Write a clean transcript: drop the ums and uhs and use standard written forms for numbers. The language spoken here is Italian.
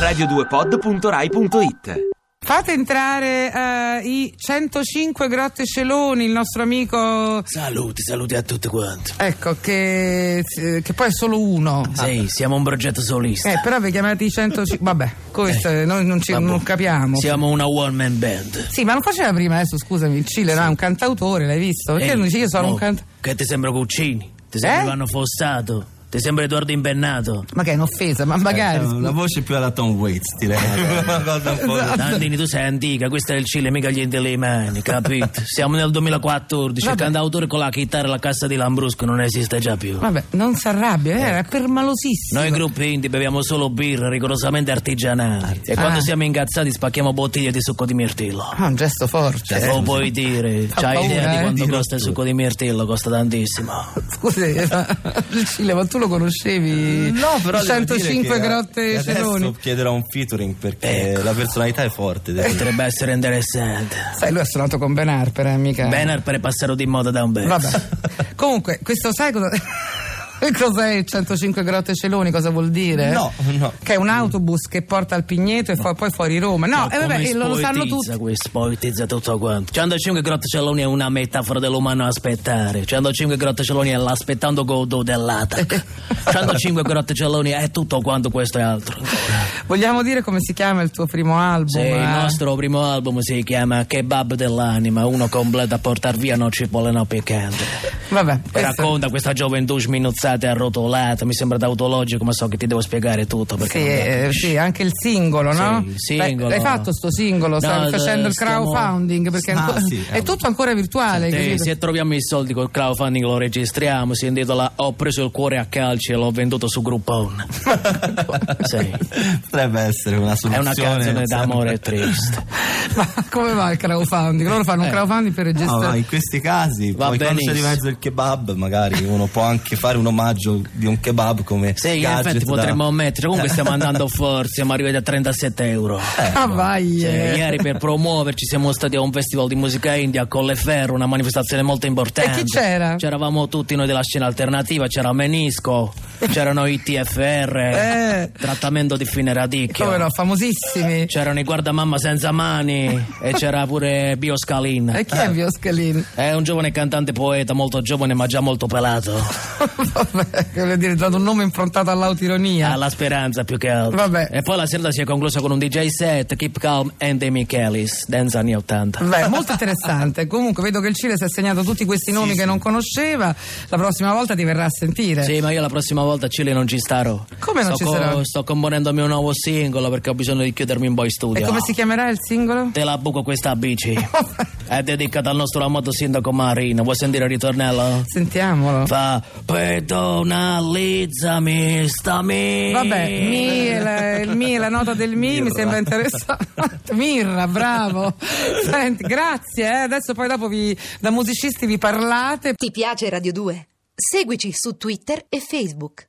radio2pod.rai.it. Fate entrare i 105 Grotte Celoni, il nostro amico. Saluti a tutti quanti. Ecco, che poi è solo uno. Sì, siamo un progetto solista. Però vi chiamate i 105. Vabbè, questo noi non capiamo. Siamo una one man band. Sì, ma non faceva prima, adesso scusami, il Cile no, è un cantautore, l'hai visto? Perché non dici io sono un cantautore? Che ti sembra Cuccini? Ti sembra Ivano Fossato? Ti sembra Edoardo Impennato? Ma che è un'offesa, ma magari. Una voce più alla Tom Waits, direi. Una cosa un po'. Nandini, tu sei antica, questo è il Cile, mica gli enti le mani, capito? Siamo nel 2014, il cantautore con la chitarra e la cassa di Lambrusco non esiste già più. Vabbè, non si arrabbia, era permalosissimo. Noi gruppi indie beviamo solo birra rigorosamente artigianali. E quando siamo incazzati spacchiamo bottiglie di succo di mirtillo. Un gesto forte. Lo puoi dire, c'hai idea di quanto costa il succo di mirtillo? Costa tantissimo. Scusi, il Cile, ma tu lo conoscevi? No, però 105 Grotte Celoni. Adesso chiederò un featuring perché la personalità è forte. Potrebbe essere interessante. Sai, lui ha suonato con Ben Harper, mica. Ben Harper è passato di moda da un pezzo. Vabbè. Comunque, questo sai cosa. Cos'è 105 Grotte Celoni? Cosa vuol dire? No. Che è un autobus che porta al Pigneto e poi fuori Roma. No, vabbè, lo sanno tutti. Questo spoetizza tutto quanto. 105 Grotte Celoni è una metafora dell'umano aspettare. 105 Grotte Celoni è l'aspettando Godot dell'Atac. 105 Grotte Celoni è tutto quanto questo e altro. Vogliamo dire come si chiama il tuo primo album? Sì, il nostro primo album si chiama Kebab dell'anima, uno completo a portar via no cipolle no piccante. Vabbè. Racconta questa gioventù sminuzzata e arrotolata, mi sembra tautologico, ma so che ti devo spiegare tutto. Sì, anche il singolo, no? Sì, il singolo. L'hai fatto sto singolo? Stai facendo il crowdfunding? Perché è tutto ancora virtuale. Se troviamo i soldi col crowdfunding lo registriamo, si intitola Ho preso il cuore a calci e l'ho venduto su Groupon. Sì. Potrebbe essere una soluzione. È una canzone d'amore triste. Ma come va il crowdfunding? Loro fanno un crowdfunding per registrare. No, in questi casi, poi quando c'è di mezzo il kebab, magari uno può anche fare un omaggio di un kebab come in effetti potremmo mettere. Comunque stiamo andando forte, siamo arrivati a 37 euro. Vai. Ieri per promuoverci siamo stati a un festival di musica india a Colleferro, una manifestazione molto importante. E chi c'era? C'eravamo tutti noi della scena alternativa, c'era Menisco, c'erano i TFR, trattamento di fine radicchio. Come no, famosissimi. C'erano i Guardamamma senza mani e c'era pure Bioscalin. E chi è Bioscalin? È un giovane cantante poeta, molto giovane ma già molto pelato. Vabbè, voglio dire, è dato un nome improntato all'autironia. Alla speranza più che altro. Vabbè. E poi la serata si è conclusa con un DJ set, Keep Calm and The Michelis, dance anni 80. Beh, molto interessante. Comunque vedo che il Cile si è segnato tutti questi nomi che non conosceva. La prossima volta ti verrà a sentire. Sì, ma io la prossima volta a Cile non ci starò. Come non ci sarò? Sto componendo il mio nuovo singolo perché ho bisogno di chiudermi un po' in studio. E come si chiamerà il singolo? Te la buco questa bici. È dedicata al nostro amato sindaco Marino. Vuoi sentire il ritornello? Sentiamolo. Fa perdonalizzami stami. Vabbè, il mi, la nota del mi mi sembra interessante. Mirra, bravo. Senti, grazie. Adesso poi dopo da musicisti vi parlate. Ti piace Radio 2? Seguici su Twitter e Facebook.